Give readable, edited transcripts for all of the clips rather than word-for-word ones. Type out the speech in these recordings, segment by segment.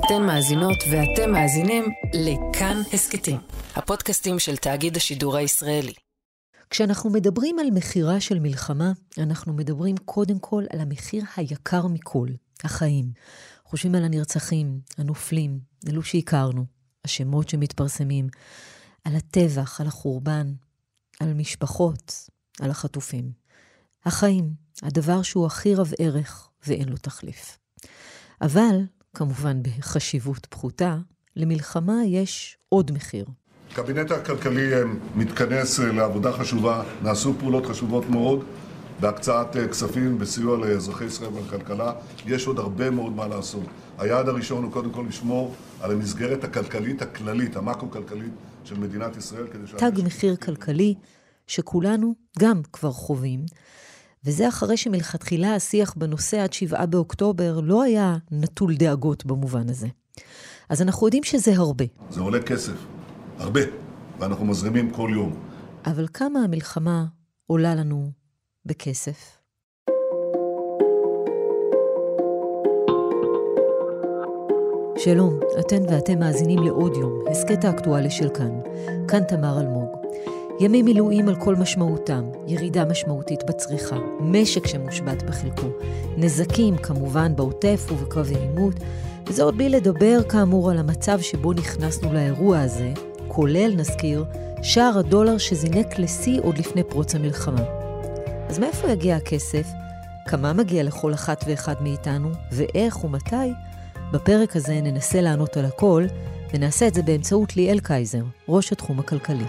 אתן מאזינות ואתם מאזינים לכאן הסקטים, הפודקאסטים של תאגיד השידור הישראלי. כשאנחנו מדברים על מחירה של מלחמה, אנחנו מדברים קודם כל על המחיר היקר מכל, החיים. חושבים על הנרצחים, הנופלים, אלו שהכרנו, השמות שמתפרסמים, על הטבח, על החורבן, על משפחות, על החטופים. החיים, הדבר שהוא הכי רב ערך ואין לו תחליף. אבל, כמובן בחשיבות פחותה, למלחמה יש עוד מחיר. הקבינט הכלכלי מתכנס לעבודה חשובה, נעשו פעולות חשובות מאוד, בהקצאת כספים וסיוע לאזרחי ישראל והכלכלה. יש עוד הרבה מאוד מה לעשות. היעד הראשון הוא קודם כל לשמור על המסגרת הכלכלית הכללית, המקרו-כלכלית של מדינת ישראל. תג מחיר כלכלי שכולנו גם כבר חווים, וזה אחרי שמלכתחילה השיח בנושא עד 7 באוקטובר לא היה נטול דאגות במובן הזה. אז אנחנו יודעים שזה הרבה. זה עולה כסף, הרבה, ואנחנו מזרימים כל יום. אבל כמה המלחמה עולה לנו בכסף? שלום, אתן ואתם מאזינים לעוד יום, הסקט האקטואלי של כאן. כאן תמר אלמוג. ימי מילואים על כל משמעותם, ירידה משמעותית בצריכה, משק שמושבת בחלקו, נזקים כמובן בעוטף ובקווי עימות, וזה עוד בלי לדבר כאמור על המצב שבו נכנסנו לאירוע הזה, כולל נזכיר, שער הדולר שזינק לשיא עוד לפני פרוץ המלחמה. אז מאיפה יגיע הכסף? כמה מגיע לכל אחת ואחד מאיתנו? ואיך ומתי? בפרק הזה ננסה לענות על הכל, ונעשה את זה באמצעות ליאל קייזר, ראש התחום הכלכלי.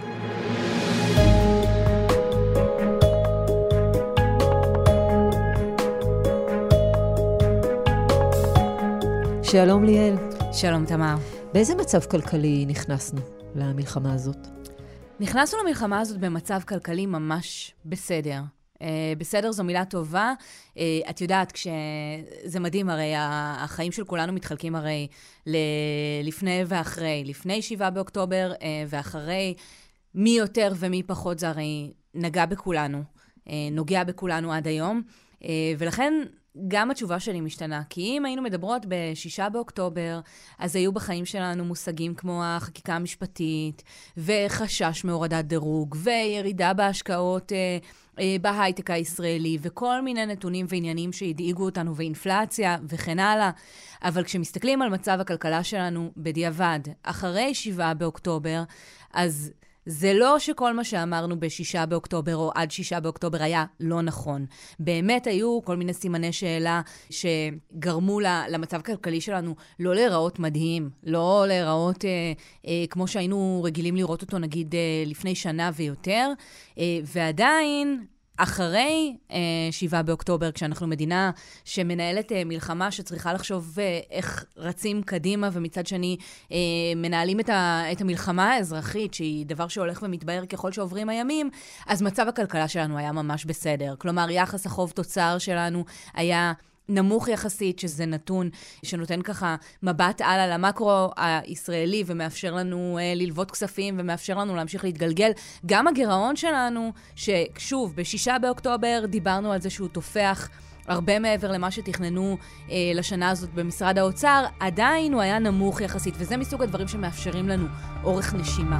שלום ליאל. שלום תמר. באיזה מצב כלכלי נכנסנו למלחמה הזאת? נכנסנו למלחמה הזאת במצב כלכלי ממש בסדר. בסדר זו מילה טובה. את יודעת, כשזה מדהים, הרי החיים של כולנו מתחלקים הרי לפני ואחרי. לפני 7 באוקטובר ואחרי, מי יותר ומי פחות זה הרי נגע בכולנו, נוגע בכולנו עד היום. ולכן גם התשובה שלי משתנה, כי אם היינו מדברות ב6 באוקטובר, אז היו בחיים שלנו מושגים כמו החקיקה המשפטית, וחשש מהורדת דירוג, וירידה בהשקעות בהייטק הישראלי, וכל מיני נתונים ועניינים שהדאיגו אותנו, ואינפלציה וכן הלאה. אבל כשמסתכלים על מצב הכלכלה שלנו בדיעבד, אחרי 7 באוקטובר, אז זה לא שכל מה שאמרנו ב6 באוקטובר או עד 6 באוקטובר היה לא נכון. באמת היו כל מיני סימני שאלה שגרמו למצב הכלכלי שלנו לא להיראות מדהים, לא להיראות כמו שהיינו רגילים לראות אותו נגיד לפני שנה ויותר, ועדיין אחרי 7 באוקטובר, כשאנחנו מדינה שמנהלת מלחמה שצריכה לחשוב איך רצים קדימה, ומצד שני מנהלים את המלחמה האזרחית, שהיא דבר שהולך ומתבהר ככל שעוברים הימים, אז מצב הכלכלה שלנו היה ממש בסדר. כלומר, יחס החוב תוצר שלנו היה נמוך יחסית, שזה נתון שנותן ככה מבט על המקרו הישראלי, ומאפשר לנו ללוות כספים, ומאפשר לנו להמשיך להתגלגל. גם הגירעון שלנו, ששוב, ב6 באוקטובר דיברנו על זה שהוא תופח הרבה מעבר למה שתכננו לשנה הזאת במשרד האוצר, עדיין הוא היה נמוך יחסית, וזה מסוג הדברים שמאפשרים לנו אורך נשימה.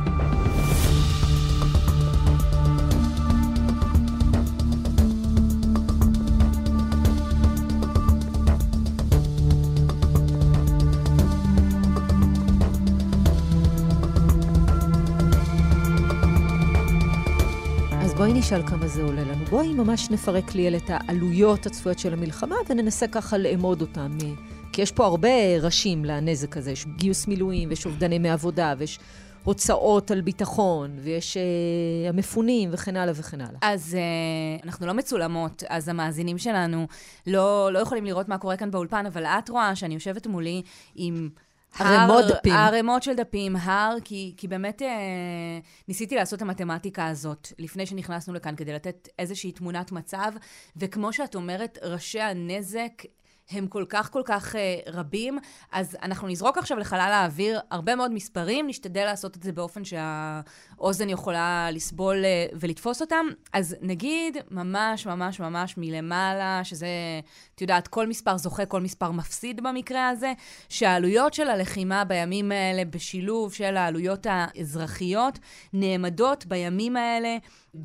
בואי נשאל כמה זה עולה לנו. בואי ממש נפרק לי את העלויות הצפויות של המלחמה, וננסה ככה לאמוד אותם. כי יש פה הרבה ראשים לנזק הזה. יש גיוס מילואים, ויש אובדני מעבודה, ויש הוצאות על ביטחון, ויש המפונים, וכן הלאה וכן הלאה. אז אנחנו לא מצולמות, אז המאזינים שלנו לא יכולים לראות מה קורה כאן באולפן, אבל את רואה שאני יושבת מולי עם ערימות של דפים, כי באמת ניסיתי לעשות את המתמטיקה הזאת לפני שנכנסנו לכאן, כדי לתת איזושהי תמונת מצב, וכמו שאת אומרת, ראשי הנזק הם כל כך רבים, אז אנחנו נזרוק עכשיו לחלל האוויר הרבה מאוד מספרים, נשתדל לעשות את זה באופן שהאוזן יכולה לסבול ולתפוס אותם. אז נגיד ממש מלמעלה, שזה, את יודעת, כל מספר זוכה, כל מספר מפסיד במקרה הזה, שהעלויות של הלחימה בימים האלה, בשילוב של העלויות האזרחיות, נעמדות בימים האלה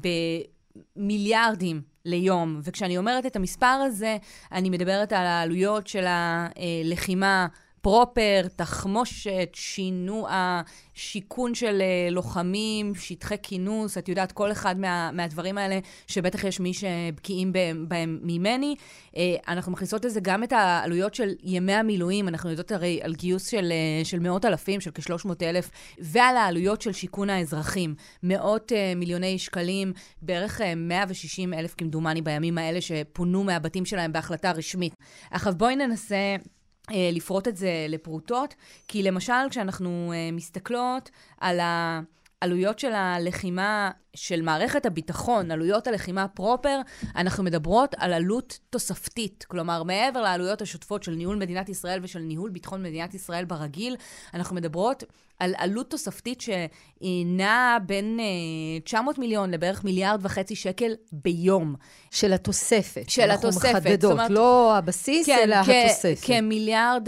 במיליארדים ליום. וכשאני אומרת את המספר הזה, אני מדברת על העלויות של הלחימה פרופר, תחמושת, שינוע, שיקון של לוחמים, שטחי כינוס, את יודעת, כל אחד מהדברים האלה, שבטח יש מי שבקיאים בהם ממני. אנחנו מכניסות לזה גם את העלויות של ימי המילואים, אנחנו יודעות הרי על גיוס של מאות אלפים, של כ-300,000, ועל העלויות של שיקון האזרחים, מאות מיליוני שקלים, בערך 160,000 כמדומני בימים האלה, שפונו מהבתים שלהם בהחלטה רשמית. עכשיו בואי ננסה לפרוט את זה לפרוטות, כי למשל כשאנחנו מסתכלות על העלויות של הלחימה של מערכת הביטחון, עלויות הלחימה פרופר, אנחנו מדברות על עלות תוספתית, כלומר מעבר לעלויות השוטפות של ניהול מדינת ישראל ושל ניהול ביטחון מדינת ישראל ברגיל, אנחנו מדברות על עלות תוספתית שהיא נעה בין 900 מיליון לבערך 1.5 מיליארד שקל ביום. של התוספת. של התוספת. אנחנו מחדדות, אומרת, לא הבסיס, כן, אלא התוספת. כ1.5 מיליארד,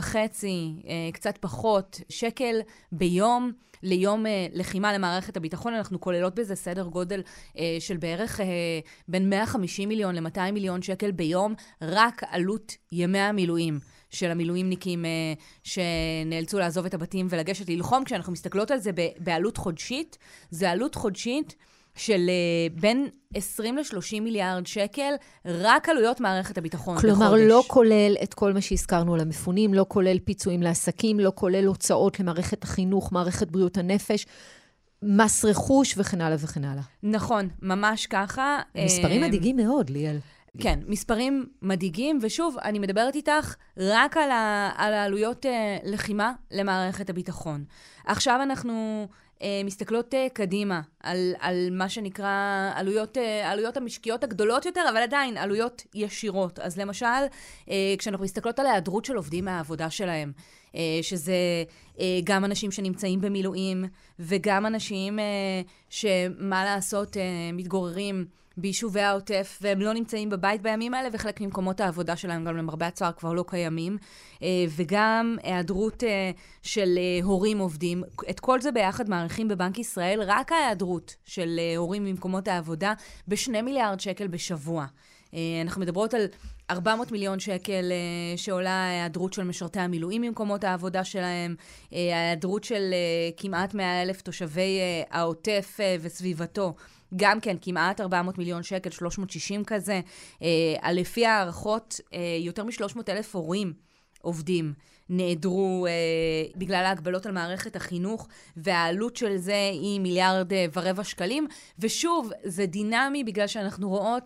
קצת פחות, שקל ביום. ליום לחימה למערכת הביטחון, אנחנו כוללות בזה סדר גודל של בערך בין 150 מיליון ל-200 מיליון שקל ביום, רק עלות ימי המילואים של המילואימניקים שנאלצו לעזוב את הבתים ולגשת ללחום. כשאנחנו מסתכלות על זה בעלות חודשית, זה עלות חודשית של בין 20 ל-30 מיליארד שקל, רק עלויות מערכת הביטחון בחודש. כלומר, לא כולל את כל מה שהזכרנו למפונים, לא כולל פיצויים לעסקים, לא כולל הוצאות למערכת החינוך, מערכת בריאות הנפש, מס רכוש וכן הלאה וכן הלאה. נכון, ממש ככה. מספרים מדאיגים מאוד, ליאל. כן, מספרים מדאיגים, ושוב, אני מדברת איתך רק על העלויות לחימה למערכת הביטחון. עכשיו אנחנו מסתכלות קדימה על מה שנקרא עלויות המשקיות הגדולות יותר, אבל עדיין עלויות ישירות. אז למשל, כשאנחנו מסתכלות על ההיעדרות של עובדים מהעבודה שלהם, שזה גם אנשים שנמצאים במילואים, וגם אנשים שמה לעשות מתגוררים ביישובי העוטף, והם לא נמצאים בבית בימים האלה, וחלק ממקומות העבודה שלהם גם למרבה הצער כבר לא קיימים, וגם היעדרות של הורים עובדים. את כל זה ביחד מעריכים בבנק ישראל, רק ההיעדרות של הורים ממקומות העבודה ב2 מיליארד שקל בשבוע. אנחנו מדברות על 400 מיליון שקל שעולה ההיעדרות של משרתי המילואים ממקומות העבודה שלהם, ההיעדרות של כמעט 100,000 תושבי העוטף וסביבתו, גם כן כמעט 400 מיליון שקל, 360 כזה. לפי הערכות, יותר מ-300,000 הורים עובדים נעדרו בגלל ההגבלות על מערכת החינוך, והעלות של זה היא 1.25 מיליארד שקלים. ושוב, זה דינמי בגלל שאנחנו רואות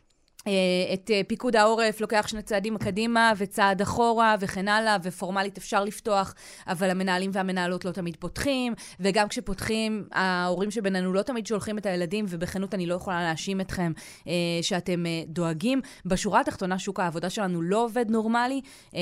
את פיקוד העורף לוקח 2 צעדים קדימה וצעד אחורה וכן הלאה, ופורמלית אפשר לפתוח, אבל המנהלים והמנהלות לא תמיד פותחים, וגם כשפותחים, ההורים שבינינו לא תמיד שולחים את הילדים, ובכנות אני לא יכולה להאשים אתכם שאתם דואגים. בשורה התחתונה שוק העבודה שלנו לא עובד נורמלי,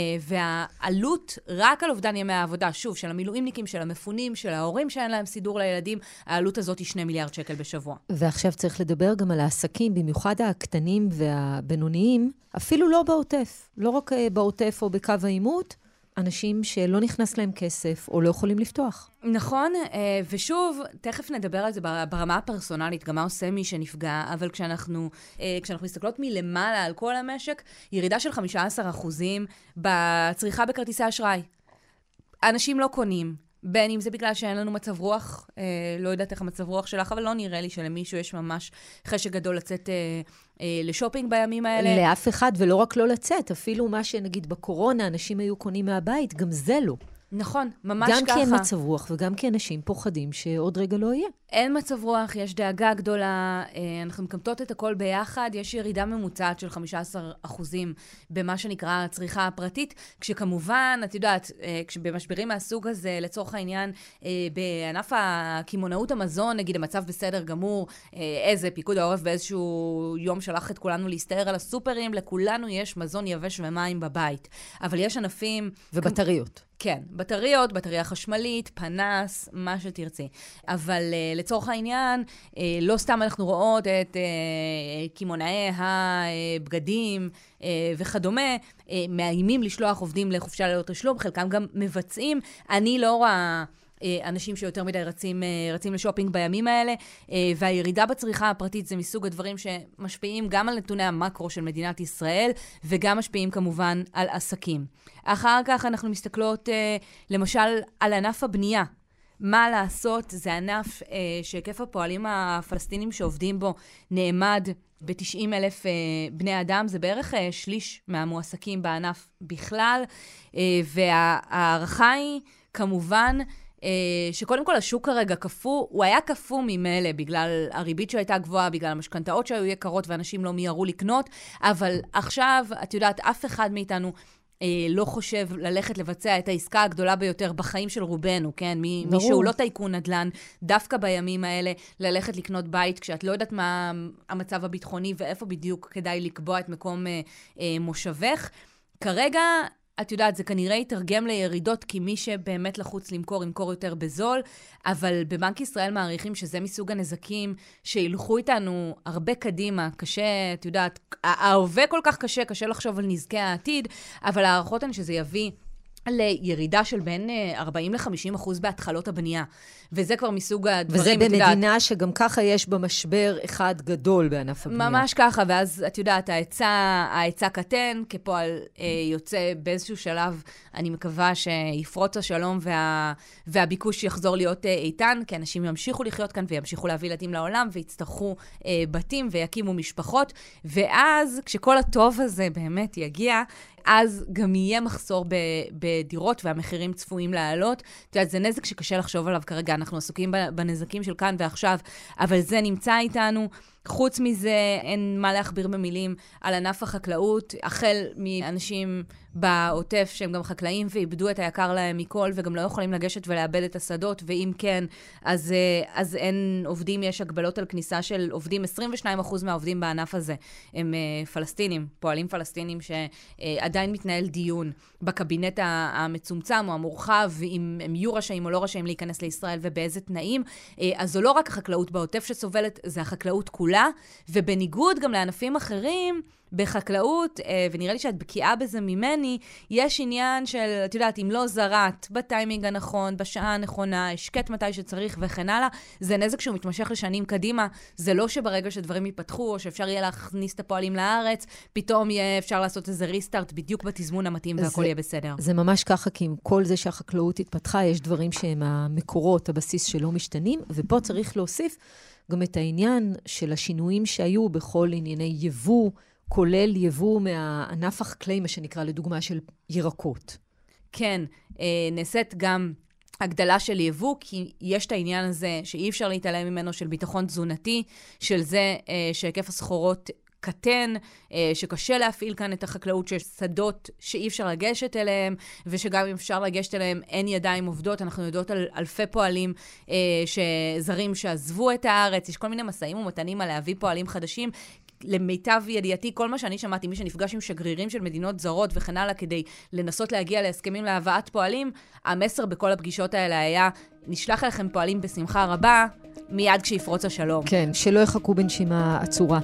והעלות רק על אובדן ימי העבודה, שוב, של המילואימניקים, של המפונים, של ההורים שאין להם סידור לילדים, העלות הזאת היא 2 מיליארד שקל בשבוע. ועכשיו צריך לדבר גם על העסקים, במיוחד הקטנים והבינוניים, אפילו לא בעוטף, לא רק בעוטף או בקו העימות, אנשים שלא נכנס להם כסף או לא יכולים לפתוח. נכון, ושוב, תכף נדבר על זה ברמה הפרסונלית, גם מה עושה מי שנפגע, אבל כשאנחנו מסתכלות מלמעלה על כל המשק, ירידה של 15% בצריכה בכרטיסי אשראי. אנשים לא קונים, בין אם זה בגלל שאין לנו מצב רוח, לא יודעת איך המצב רוח שלך, אבל לא נראה לי שלמישהו יש ממש חשק גדול לצאת לשופינג בימים האלה. לאף אחד, ולא רק לא לצאת, אפילו מה שנגיד בקורונה, אנשים היו קונים מהבית, גם זה לא. נכון, ממש ככה. גם כי אין מצב רוח וגם כי אנשים פוחדים שעוד רגע לא יהיה. אין מצב רוח, יש דאגה גדולה, אנחנו מקמטות את הכל ביחד, יש ירידה ממוצעת של 15% במה שנקרא צריכה הפרטית, כשכמובן, את יודעת, כשבמשברים מהסוג הזה, לצורך העניין, בענף הכימונאות המזון, נגיד המצב בסדר גמור, איזה פיקוד העורף באיזשהו יום שלח את כולנו להסתער על הסופרים, לכולנו יש מזון יבש ומים בבית. אבל יש ענפים... ובטריות. כן, בטריות, בטריה חשמלית, פנס, מה שתרצי. אבל לצורך העניין, לא סתם אנחנו רואות את כימונאי הבגדים וכדומה, מאיימים לשלוח עובדים לחופשה ללא תשלום, חלקם גם מבצעים. אני לא רואה... אנשים שיותר מדי רצים לשופינג בימים האלה, והירידה בצריכה הפרטית זה מסוג הדברים שמשפיעים גם על נתוני המקרו של מדינת ישראל, וגם משפיעים כמובן על עסקים. אחר כך אנחנו מסתכלות למשל על ענף הבנייה. מה לעשות? זה ענף שהיקף הפועלים הפלסטינים שעובדים בו נעמד ב-90,000 בני אדם, זה בערך שליש מהמועסקים בענף בכלל, והערכה היא כמובן שקודם כל השוק כרגע קפוא, הוא היה קפוא ממילא בגלל הריבית שהייתה גבוהה, בגלל המשכנתאות שהיו יקרות ואנשים לא מיהרו לקנות, אבל עכשיו, את יודעת, אף אחד מאיתנו לא חושב ללכת לבצע את העסקה הגדולה ביותר בחיים של רובנו, כן? מי שהוא לא טייקון נדל"ן, דווקא בימים האלה, ללכת לקנות בית, כשאת לא יודעת מה המצב הביטחוני ואיפה בדיוק כדאי לקבוע את מקום מושבך. כרגע, את יודעת, זה כנראה יתרגם לירידות, כי מי שבאמת לחוץ למכור, ימכור יותר בזול, אבל בבנק ישראל מעריכים שזה מסוג הנזקים שילכו איתנו הרבה קדימה. קשה, את יודעת, ההווה כל כך קשה לחשוב על נזקי העתיד, אבל הערכות הן שזה יביא לירידה של בין 40-50% בהתחלות הבנייה. וזה כבר מסוג הדברים... וזה במדינה שגם ככה יש במשבר אחד גדול בענף הבנייה. ממש ככה, ואז את יודעת, ההיצע קטן, כפועל יוצא באיזשהו שלב, אני מקווה שיפרוץ השלום והביקוש יחזור להיות איתן, כי אנשים ימשיכו לחיות כאן וימשיכו להביא ילדים לעולם, ויצטרכו בתים ויקימו משפחות, ואז כשכל הטוב הזה באמת יגיע, אז גם יהיה מחסור בדירות והמחירים צפויים לעלות. את יודעת, זה נזק שקשה לחשוב עליו כרגע, אנחנו עסוקים בנזקים של כאן ועכשיו, אבל זה נמצא איתנו. חוץ מזה, אין מה להכביר במילים על ענף החקלאות, החל מאנשים בעוטף שהם גם חקלאים ואיבדו את היקר להם מכל, וגם לא יכולים לגשת ולאבד את השדות, ואם כן, אז אין עובדים, יש הגבלות על כניסה של עובדים, 22% מהעובדים בענף הזה הם פלסטינים, פועלים פלסטינים שעדיין מתנהל דיון בקבינט המצומצם או המורחב, אם הם יהיו רשאים או לא רשאים להיכנס לישראל ובאיזה תנאים. אז זו לא רק החקלאות בעוטף שסובלת, זה החקלאות כולה, ובניגוד גם לענפים אחרים, בחקלאות, ונראה לי שאת בקיאה בזה ממני, יש עניין של, את יודעת, אם לא זרעת בטיימינג הנכון, בשעה הנכונה, השקט מתי שצריך וכן הלאה, זה נזק שהוא מתמשך לשנים קדימה. זה לא שברגע שדברים ייפתחו, או שאפשר יהיה להכניס את הפועלים לארץ, פתאום יהיה אפשר לעשות איזה ריסטארט בדיוק בתזמון המתאים והכל יהיה בסדר. זה ממש ככה, כי עם כל זה שהחקלאות התפתחה, יש דברים שהם המקורות, הבסיס שלא משתנים, ופה צריך להוסיף גם את העניין של השינויים שהיו בכל ענייני יבוא, כולל יבוא מהענף החקלאי, מה שנקרא לדוגמה של ירקות. כן, נעשית גם הגדלה של יבוא, כי יש את העניין הזה שאי אפשר להתעלם ממנו של ביטחון תזונתי, של זה שהיקף הסחורות קטן, שקשה להפעיל כאן את החקלאות, שיש שדות שאי אפשר לגשת אליהם, ושגם אם אפשר לגשת אליהם אין ידיים עובדות. אנחנו יודעות על אלפי פועלים זרים שעזבו את הארץ, יש כל מיני מסעים ומתנים על להביא פועלים חדשים. למיטב ידיעתי, כל מה שאני שמעתי, מי שנפגש עם שגרירים של מדינות זרות וכן הלאה, כדי לנסות להגיע להסכמים להבאת פועלים, המסר בכל הפגישות האלה היה, נשלח לכם פועלים בשמחה רבה, מיד כשיפרוץ השלום. כן, שלא יחכו בנשימה עצורה.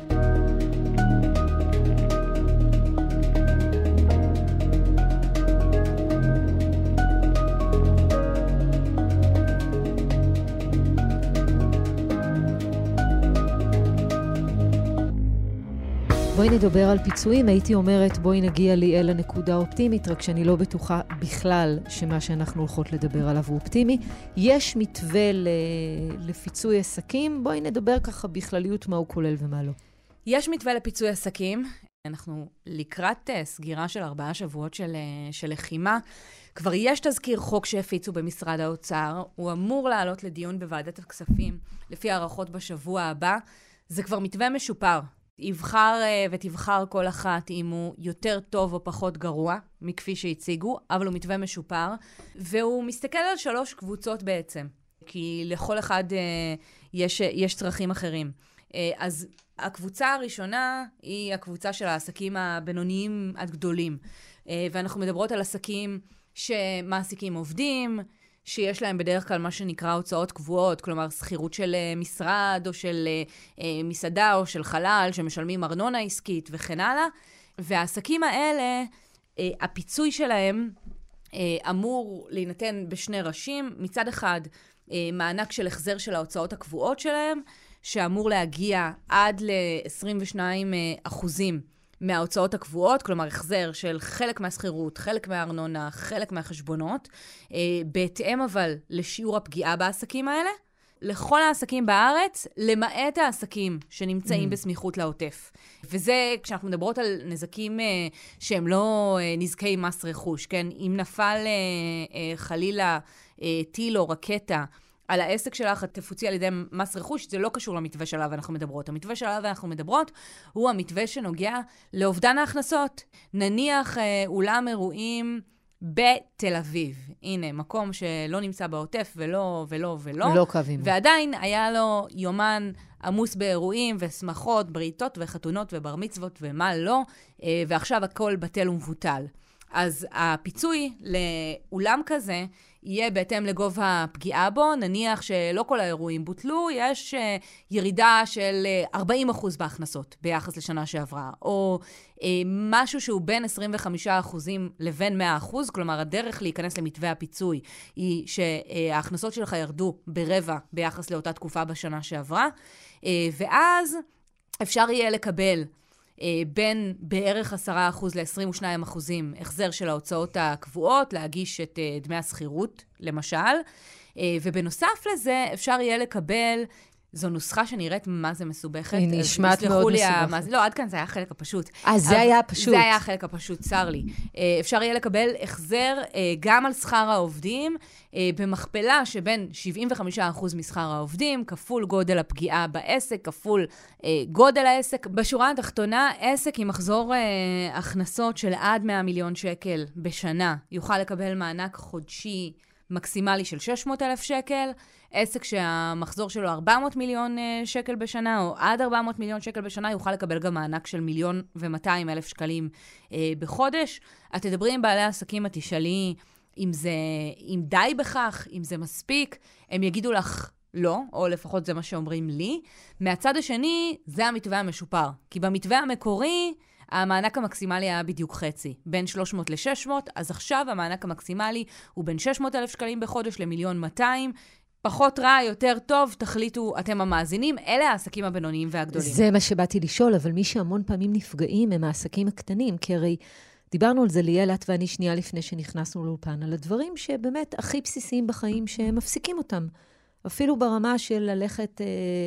בואי נדבר על פיצויים. הייתי אומרת, בואי נגיע לי אל הנקודה האופטימית, רק שאני לא בטוחה בכלל שמה שאנחנו הולכות לדבר עליו הוא אופטימי. יש מתווה לפיצוי עסקים, בואי נדבר ככה בכלליות מה הוא כולל ומה לא. יש מתווה לפיצוי עסקים. אנחנו לקראת סגירה של 4 שבועות של לחימה. כבר יש תזכיר חוק שהפיצו במשרד האוצר, הוא אמור לעלות לדיון בוועדת הכספים, לפי הערכות בשבוע הבא. זה כבר מתווה משופר. יבחר ותבחר כל אחת אם הוא יותר טוב או פחות גרוע, מכפי שהציגו, אבל הוא מתווה משופר, והוא מסתכל על 3 קבוצות בעצם, כי לכל אחד יש צרכים אחרים. אז הקבוצה הראשונה היא הקבוצה של העסקים הבינוניים עד גדולים, ואנחנו מדברות על עסקים שמעסיקים עובדים, שיש להם בדרך כלל מה שנקרא הוצאות קבועות, כלומר שכירות של משרד או של מסעדה או של חלל שמשלמים ארנונה עסקית וכן הלאה. והעסקים האלה, הפיצוי שלהם אמור להינתן בשני ראשים. מצד אחד, מענק של החזר של ההוצאות הקבועות שלהם, שאמור להגיע עד ל-22% מההוצאות הקבועות, כלומר החזר של חלק מהשכירות, חלק מהארנונה, חלק מהחשבונות, בהתאם אבל לשיעור הפגיעה בעסקים האלה, לכל העסקים בארץ, למעט העסקים שנמצאים בסמיכות לעוטף. וזה כשאנחנו מדברות על נזקים שהם לא נזקי מס רכוש, כן? אם נפל חלילה טיל או רקטה, על העסק שלך תפוצי על ידי מס רכוש, זה לא קשור למתווה שעליו אנחנו מדברות. המתווה שעליו אנחנו מדברות הוא המתווה שנוגע לאובדן ההכנסות. נניח אולם אירועים בתל אביב. הנה, מקום שלא נמצא בעוטף ולא. לא קווים. ועדיין היה לו יומן עמוס באירועים ושמחות, בריתות וחתונות ובר מצוות ומה לא, ועכשיו הכל בטל ומבוטל. אז הפיצוי לאולם כזה יהיה בהתאם לגובה הפגיעה בו, נניח שלא כל האירועים בוטלו, יש ירידה של 40% בהכנסות ביחס לשנה שעברה, או משהו שהוא בין 25% לבין 100%, כלומר הדרך להיכנס למתווה הפיצוי היא שההכנסות שלך ירדו ברבע ביחס לאותה תקופה בשנה שעברה, ואז אפשר יהיה לקבל בין בערך 10% ל-22% החזר של ההוצאות הקבועות, להגיש את דמי השכירות, למשל. ובנוסף לזה, אפשר יהיה לקבל, זו נוסחה שנראית מה זה מסובכת. היא נשמעת מאוד מסובכת. לא, עד כאן זה היה החלק הפשוט. זה היה פשוט. זה היה החלק הפשוט, צר לי. אפשר יהיה לקבל החזר גם על שכר העובדים, במכפלה שבין 75% משכר העובדים, כפול גודל הפגיעה בעסק, כפול גודל העסק. בשורה התחתונה, עסק עם מחזור הכנסות של עד 100 מיליון שקל בשנה, יוכל לקבל מענק חודשי מקסימלי של 600,000 שקל, עסק שהמחזור שלו 400 מיליון שקל בשנה, או עד 400 מיליון שקל בשנה, יוכל לקבל גם מענק של 1,200,000 שקלים בחודש. את תדברי עם בעלי העסקים, את תשאלי אם די בכך, אם זה מספיק, הם יגידו לך לא, או לפחות זה מה שאומרים לי. מהצד השני, זה המתווה המשופר. כי במתווה המקורי, המענק המקסימלי היה בדיוק חצי, בין 300 ל-600, אז עכשיו המענק המקסימלי הוא בין 600,000 שקלים בחודש ל1,200,000, פחות רע, יותר טוב, תחליטו אתם המאזינים, אלה העסקים הבינוניים והגדולים. זה מה שבאתי לשאול, אבל מי שהמון פעמים נפגעים הם העסקים הקטנים, כי הרי דיברנו על זה ליאל, את ואני שנייה לפני שנכנסנו לאולפן, על הדברים שבאמת הכי בסיסיים בחיים שהם מפסיקים אותם. אפילו ברמה של ללכת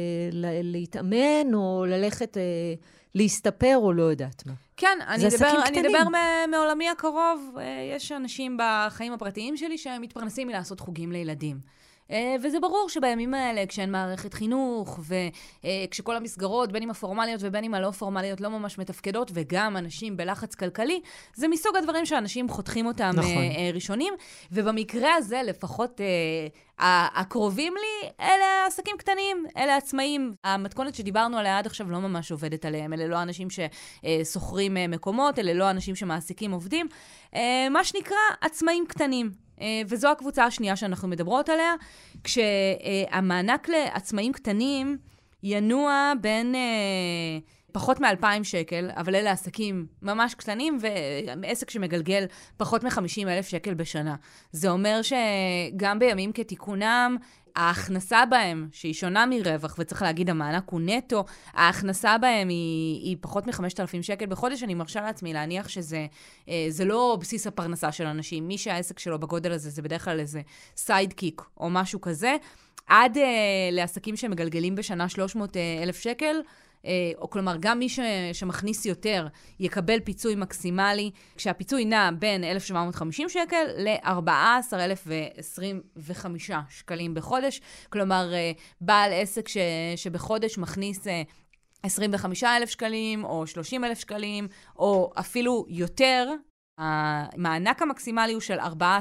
להתאמן, או ללכת להסתפר, או לא יודעת מה. כן, אני אדבר מעולמי הקרוב. יש אנשים בחיים הפרטיים שלי שהם מתפרנסים מלעשות חוגים לילדים. וזה ברור שבימים האלה, כשאין מערכת חינוך, וכשכל המסגרות, בין אם הפורמליות ובין אם הלא פורמליות, לא ממש מתפקדות, וגם אנשים בלחץ כלכלי, זה מסוג הדברים שאנשים חותכים אותם ראשונים, ובמקרה הזה, לפחות הקרובים לי, אלה עסקים קטנים, אלה עצמאים. המתכונת שדיברנו עליה עד עכשיו לא ממש עובדת עליהם, אלה לא אנשים שסוחרים מקומות, אלה לא אנשים שמעסיקים עובדים, מה שנקרא עצמאים קטנים. וזו הקבוצה השנייה שאנחנו מדברות עליה, כשהמענק לעצמאים קטנים ינוע בין פחות מ2,000 שקל, אבל אלה עסקים ממש קטנים, ועסק שמגלגל פחות מ50,000 שקל בשנה. זה אומר שגם בימים כתיקונם, ההכנסה בהם, שהיא שונה מרווח, וצריך להגיד, המענק הוא נטו, ההכנסה בהם היא פחות מ5,000 שקל בחודש. אני מרשה לעצמי להניח שזה לא בסיס הפרנסה של אנשים. מי שהעסק שלו בגודל הזה, זה בדרך כלל איזה סיידקיק או משהו כזה. עד לעסקים שמגלגלים בשנה 300,000 שקל, או כלומר, גם מי שמכניס יותר יקבל פיצוי מקסימלי, כשהפיצוי נע בין 1,750 שקל ל-14,025 שקלים בחודש. כלומר, בעל עסק שבחודש מכניס 25,000 שקלים, או 30,000 שקלים, או אפילו יותר, המענק המקסימלי הוא של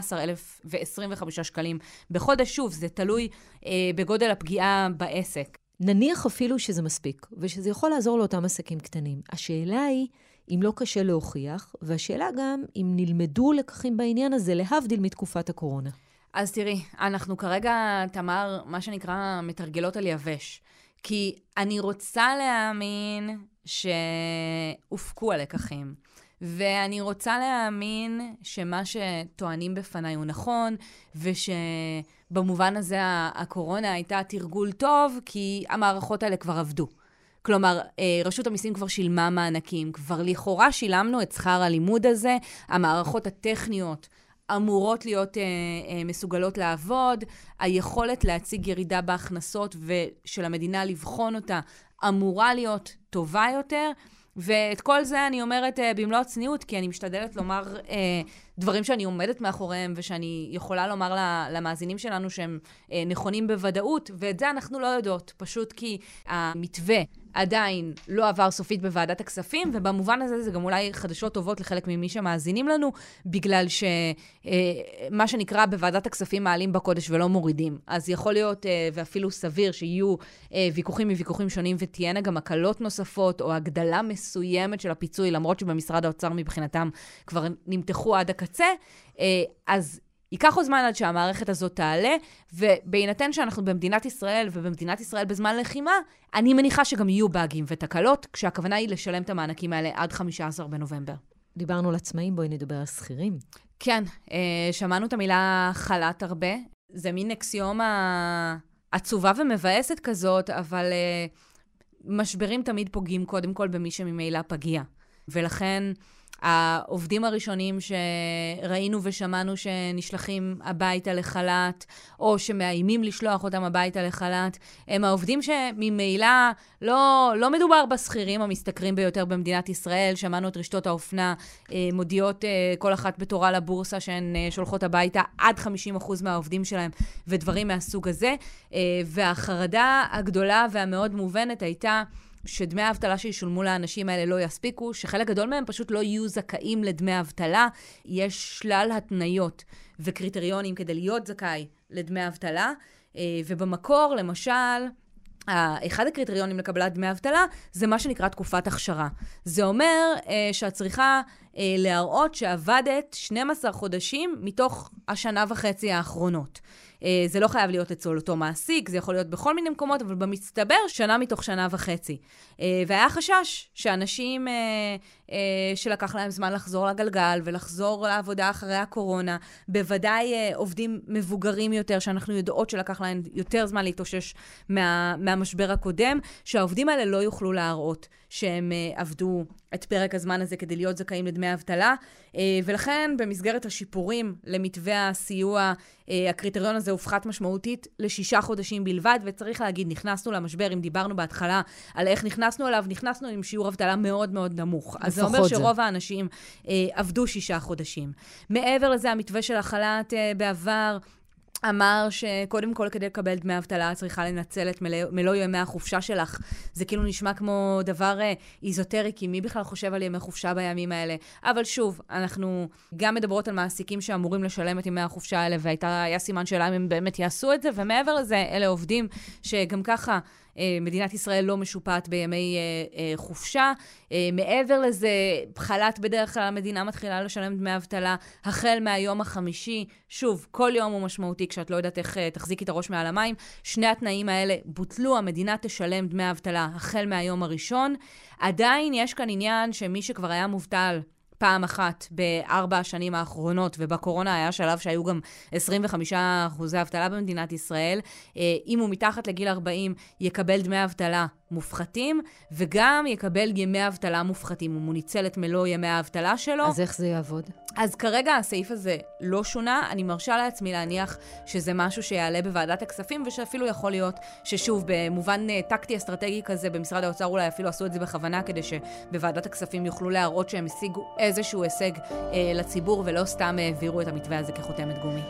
14,025 שקלים בחודש. שוב, זה תלוי בגודל הפגיעה בעסק. נניח אפילו שזה מספיק, ושזה יכול לעזור לאותם עסקים קטנים. השאלה היא אם לא קשה להוכיח, והשאלה גם אם נלמדו לקחים בעניין הזה להבדיל מתקופת הקורונה. אז תראי, אנחנו כרגע, תמר, מה שנקרא מתרגלות על יבש. כי אני רוצה להאמין שהופקו הלקחים. ואני רוצה להאמין שמה שטוענים בפניי הוא נכון, ושבמובן הזה הקורונה הייתה תרגול טוב, כי המערכות האלה כבר עבדו. כלומר, רשות המיסים כבר שילמה מענקים, כבר לכאורה שילמנו את שכר הלימוד הזה, המערכות הטכניות אמורות להיות מסוגלות לעבוד, היכולת להציג ירידה בהכנסות ושל המדינה לבחון אותה אמורה להיות טובה יותר, ואת כל זה אני אומרת במלוא הצניעות, כי אני משתדלת לומר דברים שאני עומדת מאחוריהם, ושאני יכולה לומר למאזינים שלנו שהם נכונים בוודאות, ואת זה אנחנו לא יודעות, פשוט כי המתווה עדיין לא עבר סופית בוועדת הכספים, ובמובן הזה זה גם אולי חדשות טובות לחלק ממי שמאזינים לנו, בגלל שמה שנקרא בוועדת הכספים מעלים בקודש ולא מורידים. אז יכול להיות, ואפילו סביר, שיהיו ויכוחים מוויכוחים שונים, ותהיינה גם הקלות נוספות, או הגדלה מסוימת של הפיצוי, למרות שבמשרד האוצר מבחינתם כבר נמתחו עד הקצה, אז ייקח עוד זמן עד שהמערכת הזאת תעלה, ובהינתן שאנחנו במדינת ישראל, ובמדינת ישראל בזמן לחימה, אני מניחה שגם יהיו באגים ותקלות, כשהכוונה היא לשלם את המענקים האלה עד 15 בנובמבר. דיברנו על עצמאים, בואי נדבר על שכירים. כן, שמענו את המילה חל"ת הרבה. זה מין אקסיומה עצובה ומבאסת כזאת, אבל משברים תמיד פוגעים קודם כל במי שממילא פגיע. ולכן העובדים הראשונים שראינו ושמענו שנשלחים הביתה לחל"ת, או שמאיימים לשלוח אותם הביתה לחל"ת, הם העובדים שממילא לא מדובר בשכירים המשתכרים ביותר במדינת ישראל. שמענו את רשתות האופנה מודיעות כל אחת בתורה לבורסה שהן שולחות הביתה עד 50% מהעובדים שלהם, ודברים מהסוג הזה. והחרדה הגדולה והמאוד מובנת הייתה שדמי האבטלה שישולמו לאנשים האלה לא יספיקו, שחלק גדול מהם פשוט לא יהיו זכאים לדמי אבטלה. יש שלל התניות וקריטריונים כדי להיות זכאי לדמי אבטלה, ובמקור, למשל, אחד הקריטריונים לקבלת דמי אבטלה זה מה שנקרא תקופת הכשרה. זה אומר שאת צריכה להראות שעבדת 12 חודשים מתוך השנה וחצי האחרונות. זה לא חייב להיות אצל אותו מעסיק, זה יכול להיות בכל מיני מקומות, אבל במצטבר שנה מתוך שנה וחצי. והיה חשש שאנשים שלקח להם זמן לחזור לגלגל ולחזור לעבודה אחרי הקורונה, בוודאי עובדים מבוגרים יותר, שאנחנו יודעות שלקח להם יותר זמן להתאושש מהמשבר הקודם, שהעובדים האלה לא יוכלו להראות שהם עבדו את פרק הזמן הזה כדי להיות זכאים לדמי אבטלה, ולכן במסגרת השיפורים למתווה הסיוע, הקריטריון הזה הופחת משמעותית ל6 חודשים בלבד, וצריך להגיד, נכנסנו למשבר, אם דיברנו בהתחלה על איך נכנסנו אליו, נכנסנו עם שיעור אבטלה מאוד מאוד נמוך. אז זה אומר שרוב האנשים עבדו 6 חודשים. מעבר לזה, המתווה של החל"ת בעבר אמר שקודם כל כדי לקבל דמי אבטלה צריכה לנצל את מלוא ימי החופשה שלך. זה כאילו נשמע כמו דבר איזוטרי, כי מי בכלל חושב על ימי חופשה בימים האלה? אבל שוב, אנחנו גם מדברות על מעסיקים שאמורים לשלם את ימי החופשה האלה, והיה סימן שאלה אם הם באמת יעשו את זה, ומעבר לזה, אלה עובדים שגם ככה מדינת ישראל לא משופעת בימי חופשה. מעבר לזה, חל"ת בדרך כלל המדינה מתחילה לשלם דמי אבטלה החל מהיום החמישי. שוב, כל יום הוא משמעותי כשאת לא יודעת איך תחזיקי את הראש מעל המים. שני התנאים האלה בוטלו, המדינה תשלם דמי אבטלה החל מהיום הראשון. עדיין יש כאן עניין שמי שכבר היה מובטל פעם אחת ב4 השנים האחרונות, ובקורונה היה שלב שהיו גם 25% אבטלה במדינת ישראל, אם הוא מתחת לגיל 40 יקבל דמי אבטלה מופחתים, וגם יקבל ימי אבטלה מופחתים. אם הוא ניצל את מלוא ימי האבטלה שלו. אז איך זה יעבוד? אז כרגע הסעיף הזה לא שונה. אני מרשה לעצמי להניח שזה משהו שיעלה בוועדת הכספים, ושאפילו יכול להיות ששוב, במובן טקטי אסטרטגי כזה, במשרד האוצר אולי אפילו עשו את זה בכוונה, כדי שבוועדת הכספים יוכלו להראות שהם השיגו איזשהו הישג לציבור, ולא סתם העבירו את המתווה הזה כחותמת גומי.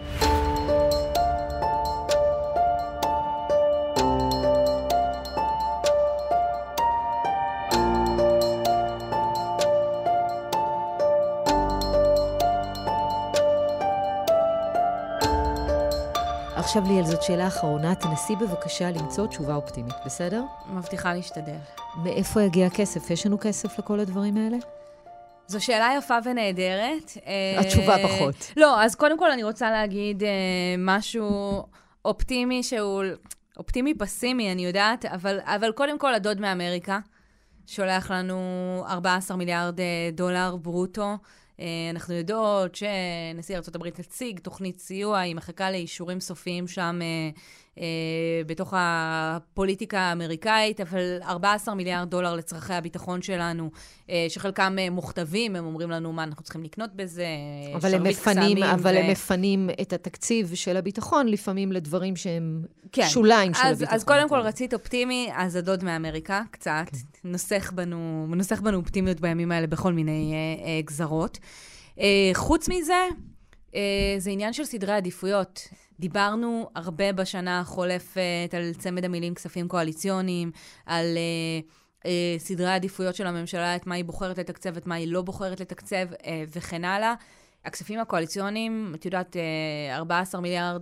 עכשיו ליאל, זאת שאלה אחרונה. תנסי בבקשה למצוא תשובה אופטימית, בסדר? מבטיחה להשתדל. מאיפה יגיע הכסף? יש לנו כסף לכל הדברים האלה? זו שאלה יפה ונהדרת. התשובה פחות. לא, אז קודם כל אני רוצה להגיד משהו אופטימי שהוא אופטימי פסימי, אני יודעת, אבל קודם כל הדוד מאמריקה שולח לנו 14 מיליארד דולר ברוטו. אנחנו יודעות שנשיא ארצות הברית הציג תוכנית סיוע, היא מחכה לאישורים סופיים שם בתוך הפוליטיקה האמריקאית, אבל 14 מיליארד דולר לצרכי הביטחון שלנו, שחלקם מוכתבים, הם אומרים לנו מה אנחנו צריכים לקנות בזה, אבל הם מפנים את התקציב של הביטחון, לפעמים לדברים שהם שוליים של הביטחון. אז קודם כל רצית אופטימי, אז הדוד מאמריקה, קצת, נוסח בנו אופטימיות בימים האלה בכל מיני גזרות. חוץ מזה, זה עניין של סדרי עדיפויות. דיברנו הרבה בשנה החולפת על צמד המילים כספים קואליציוניים, על סדרי העדיפויות של הממשלה, את מה היא בוחרת לתקצב, את מה היא לא בוחרת לתקצב, וכן הלאה. הכספים הקואליציוניים, את יודעת, 14 מיליארד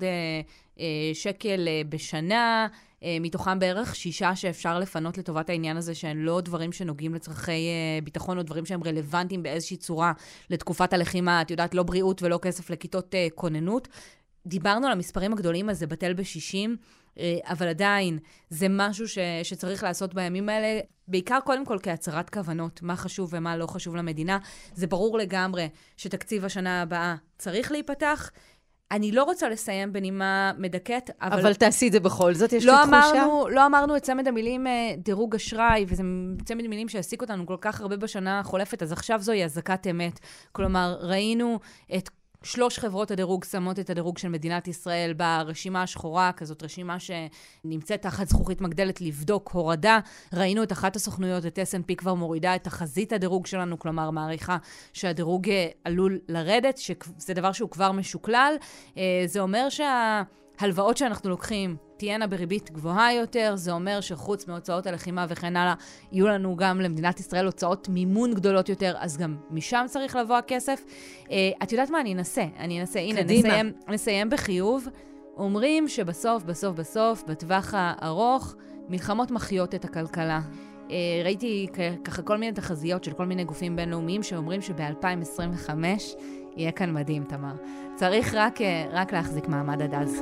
שקל בשנה, מתוכם בערך 6 שאפשר לפנות לטובת העניין הזה, שהן לא דברים שנוגעים לצרכי ביטחון, או דברים שהם רלוונטיים באיזושהי צורה לתקופת הלחימה, את יודעת, לא בריאות ולא כסף לכיתות כוננות. דיברנו על המספרים הגדולים, אז זה בטל ב-60, אבל עדיין זה משהו שצריך לעשות בימים האלה, בעיקר קודם כל כהצהרת כוונות, מה חשוב ומה לא חשוב למדינה. זה ברור לגמרי שתקציב השנה הבאה צריך להיפתח. אני לא רוצה לסיים בנימה מדכאת, אבל תעשי את זה בכל זאת, יש לי תחושה. לא אמרנו את צמד המילים דירוג אשראי, וזה צמד מילים שהעסיק אותנו כל כך הרבה בשנה החולפת, אז עכשיו זוהי אזעקת אמת. כלומר, ראינו את 3 חברות הדירוג שמות את הדירוג של מדינת ישראל ברשימה השחורה, כזאת רשימה שנמצאת תחת זכוכית מגדלת לבדוק הורדה. ראינו את אחת הסוכנויות, את S&P כבר מורידה את תחזית הדירוג שלנו, כלומר מעריכה שהדירוג עלול לרדת, שזה דבר שהוא כבר משוקלל. זה אומר שההלוואות שאנחנו לוקחים תהיינה בריבית גבוהה יותר, זה אומר שחוץ מהוצאות הלחימה וכן הלאה, יהיו לנו גם למדינת ישראל הוצאות מימון גדולות יותר, אז גם משם צריך לבוא הכסף. את יודעת מה? אני אנסה. הנה, נסיים בחיוב. אומרים שבסוף, בטווח הארוך, מלחמות מחיות את הכלכלה. ראיתי ככה כל מיני תחזיות של כל מיני גופים בינלאומיים שאומרים שב-2025 יהיה כאן מדהים, תמר. צריך רק להחזיק מעמד עד אז.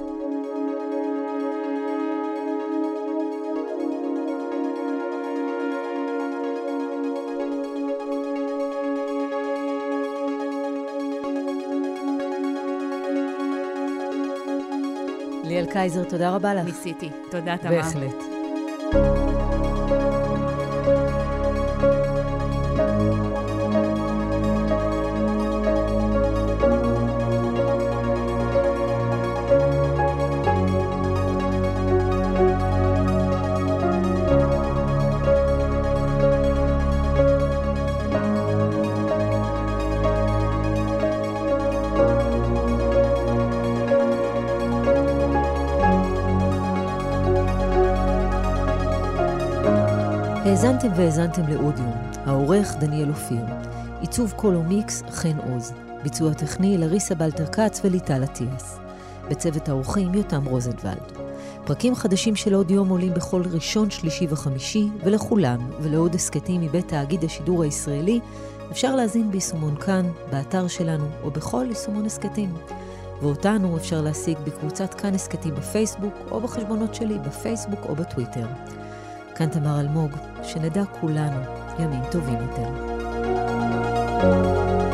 ליאל קייזר, תודה רבה לך. ניסיתי. תודה, תמר. בהחלט. האזנתם והאזנתם לאודיום, העורך דניאל אופיר, עיצוב קולומיקס חן עוז, ביצוע טכני לריסה בלטר קץ וליטל עטיאס, בצוות האורחים יותם רוזנבלד. פרקים חדשים של אודיום עולים בכל ראשון, שלישי וחמישי, ולכולם ולעוד הסקטים מבית תאגיד השידור הישראלי אפשר להזין ביישומון כאן, באתר שלנו או בכל יישומון הסקטים. ואותנו אפשר להשיג בקבוצת כאן הסקטים בפייסבוק או בחשבונות שלי בפייסבוק או בטוויטר. כאן תמר אלמוג, שנדע כולנו ימים טובים יותר.